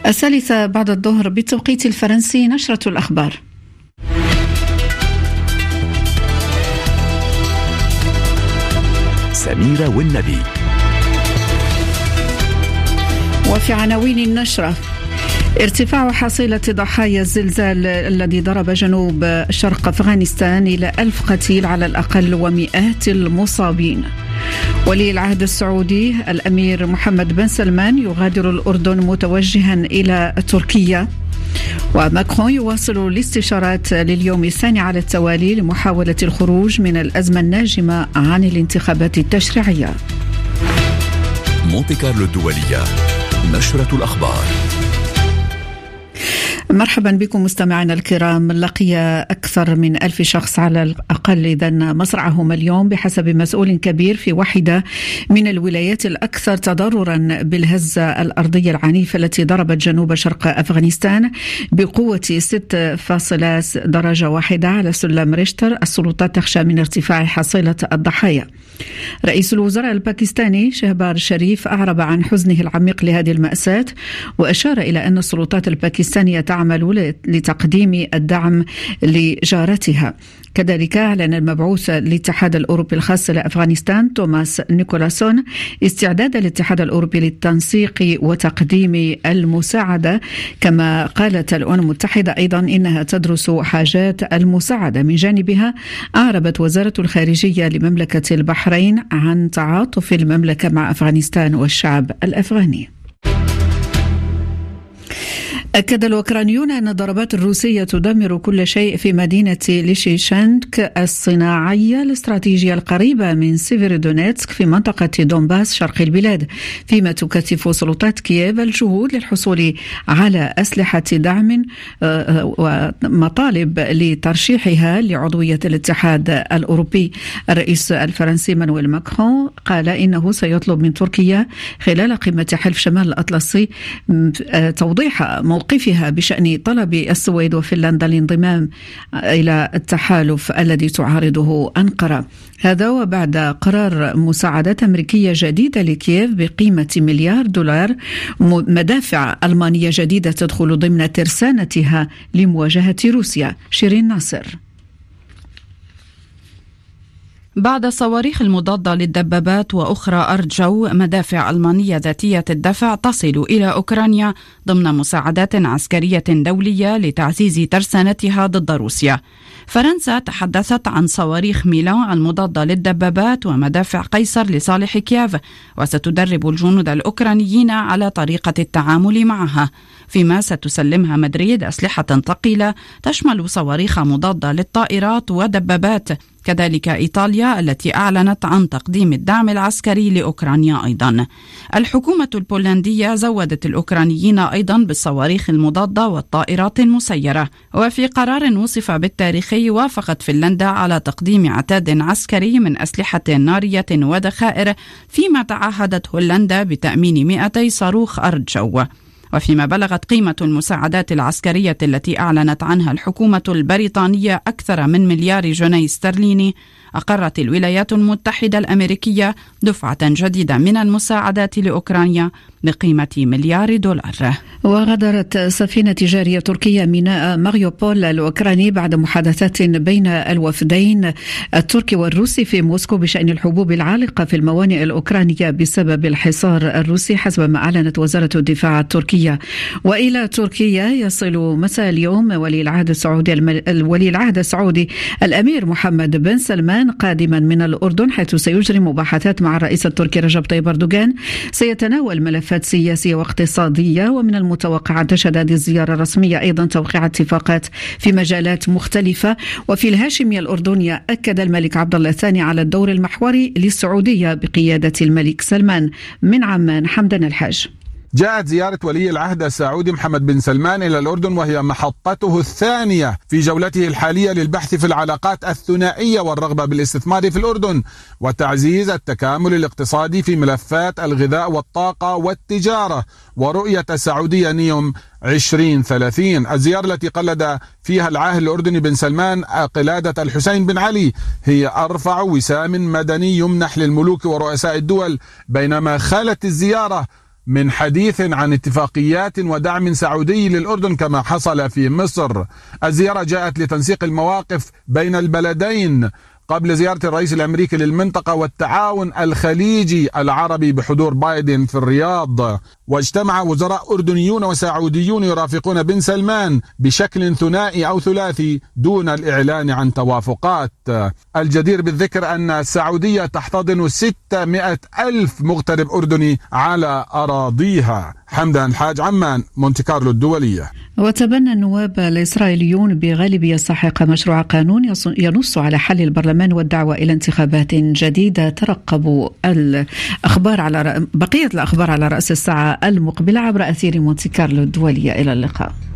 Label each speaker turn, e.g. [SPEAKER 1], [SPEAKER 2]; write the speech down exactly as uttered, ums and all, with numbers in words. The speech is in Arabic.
[SPEAKER 1] الثالثة بعد الظهر بالتوقيت الفرنسي نشرة الأخبار.
[SPEAKER 2] سميرة والنبي.
[SPEAKER 1] وفي عناوين النشرة: ارتفاع حصيلة ضحايا الزلزال الذي ضرب جنوب شرق أفغانستان إلى ألف قتيل على الأقل ومئات المصابين. ولي العهد السعودي الأمير محمد بن سلمان يغادر الأردن متوجها إلى تركيا. وماكرون يواصل الاستشارات لليوم الثاني على التوالي لمحاولة الخروج من الأزمة الناجمة عن الانتخابات التشريعية.
[SPEAKER 2] مونتي كارلو الدولية، نشرة الأخبار.
[SPEAKER 1] مرحبا بكم مستمعينا الكرام. لقي أكثر من ألف شخص على الأقل إذن مصرعهم اليوم بحسب مسؤول كبير في واحدة من الولايات الأكثر تضررا بالهزة الأرضية العنيفة التي ضربت جنوب شرق أفغانستان بقوة ستة فاصلة درجة واحدة على سلم ريشتر. السلطات تخشى من ارتفاع حصيلة الضحايا. رئيس الوزراء الباكستاني شهباز شريف أعرب عن حزنه العميق لهذه المأساة، وأشار إلى أن السلطات الباكستانية تعمل لتقديم الدعم لجارتها. كذلك أعلن المبعوث للاتحاد الأوروبي الخاص لأفغانستان توماس نيكولاسون استعداد الاتحاد الأوروبي للتنسيق وتقديم المساعدة. كما قالت الأمم المتحدة أيضا إنها تدرس حاجات المساعدة. من جانبها أعربت وزارة الخارجية لمملكة البحرين عن تعاطف المملكة مع أفغانستان والشعب الأفغاني. أكد الأوكرانيون أن الضربات الروسية تدمر كل شيء في مدينة ليشيشانسك الصناعية الاستراتيجية القريبة من سيفيرودونيتسك في منطقة دونباس شرق البلاد، فيما تكثف سلطات كييف الجهود للحصول على أسلحة دعم ومطالب لترشيحها لعضوية الاتحاد الأوروبي. الرئيس الفرنسي مانويل ماكرون قال إنه سيطلب من تركيا خلال قمة حلف شمال الأطلسي توضيح موقفها بشأن طلب السويد وفنلندا الانضمام إلى التحالف الذي تعارضه أنقرة. هذا وبعد قرار مساعدات أمريكية جديدة لكييف بقيمة مليار دولار. مدافع ألمانية جديدة تدخل ضمن ترسانتها لمواجهة روسيا. شيرين ناصر.
[SPEAKER 3] بعد الصواريخ المضادة للدبابات وأخرى أرض جو، مدافع ألمانية ذاتية الدفع تصل إلى أوكرانيا ضمن مساعدات عسكرية دولية لتعزيز ترسانتها ضد روسيا. فرنسا تحدثت عن صواريخ ميلان المضادة للدبابات ومدافع قيصر لصالح كييف، وستدرب الجنود الأوكرانيين على طريقة التعامل معها، فيما ستسلمها مدريد أسلحة ثقيلة تشمل صواريخ مضادة للطائرات ودبابات. كذلك إيطاليا التي أعلنت عن تقديم الدعم العسكري لأوكرانيا أيضا. الحكومة البولندية زودت الأوكرانيين أيضا بالصواريخ المضادة والطائرات المسيرة. وفي قرار وصف بالتاريخي، وافقت فنلندا على تقديم عتاد عسكري من أسلحة نارية وذخائر، فيما تعهدت هولندا بتأمين مئتي صاروخ أرض جو. وفيما بلغت قيمة المساعدات العسكرية التي أعلنت عنها الحكومة البريطانية أكثر من مليار جنيه استرليني، أقرت الولايات المتحدة الأمريكية دفعة جديدة من المساعدات لأوكرانيا بقيمة مليار دولار.
[SPEAKER 1] وغادرت سفينة تجارية تركية ميناء ماريوبول الأوكراني بعد محادثات بين الوفدين التركي والروسي في موسكو بشأن الحبوب العالقة في الموانئ الأوكرانية بسبب الحصار الروسي، حسب ما أعلنت وزارة الدفاع التركية. وإلى تركيا يصل مساء اليوم ولي العهد السعودي المل... ولي العهد السعودي الأمير محمد بن سلمان قادما من الأردن، حيث سيجري مباحثات مع الرئيس التركي رجب طيب أردوغان. سيتناول ملفات سياسية واقتصادية، ومن المتوقع أن تشهد هذه الزيارة الرسمية أيضا توقيع اتفاقات في مجالات مختلفة. وفي الهاشمية الأردنية أكد الملك عبد الله الثاني على الدور المحوري للسعودية بقيادة الملك سلمان. من عمان حمدان الحاج.
[SPEAKER 4] جاءت زيارة ولي العهد السعودي محمد بن سلمان إلى الأردن، وهي محطته الثانية في جولته الحالية للبحث في العلاقات الثنائية والرغبة بالاستثمار في الأردن وتعزيز التكامل الاقتصادي في ملفات الغذاء والطاقة والتجارة ورؤية السعودية نيوم عشرين ثلاثين. الزيارة التي قلد فيها العاهل الأردني بن سلمان قلادة الحسين بن علي هي أرفع وسام مدني يمنح للملوك ورؤساء الدول، بينما خالت الزيارة من حديث عن اتفاقيات ودعم سعودي للأردن كما حصل في مصر. الزيارة جاءت لتنسيق المواقف بين البلدين قبل زيارة الرئيس الأمريكي للمنطقة والتعاون الخليجي العربي بحضور بايدن في الرياض. واجتمع وزراء أردنيون وسعوديون يرافقون بن سلمان بشكل ثنائي أو ثلاثي دون الإعلان عن توافقات. الجدير بالذكر أن السعودية تحتضن ستمائة ألف مغترب أردني على أراضيها. حمدان الحاج، عمان، مونتي كارلو الدولية.
[SPEAKER 1] وتبنى النواب الإسرائيليون بغالبية ساحقة مشروع قانون ينص على حل البرلمان والدعوة إلى انتخابات جديدة. ترقبوا الأخبار على بقية الأخبار على رأس الساعة المقبلة عبر أثير مونتي كارلو الدولية. إلى اللقاء.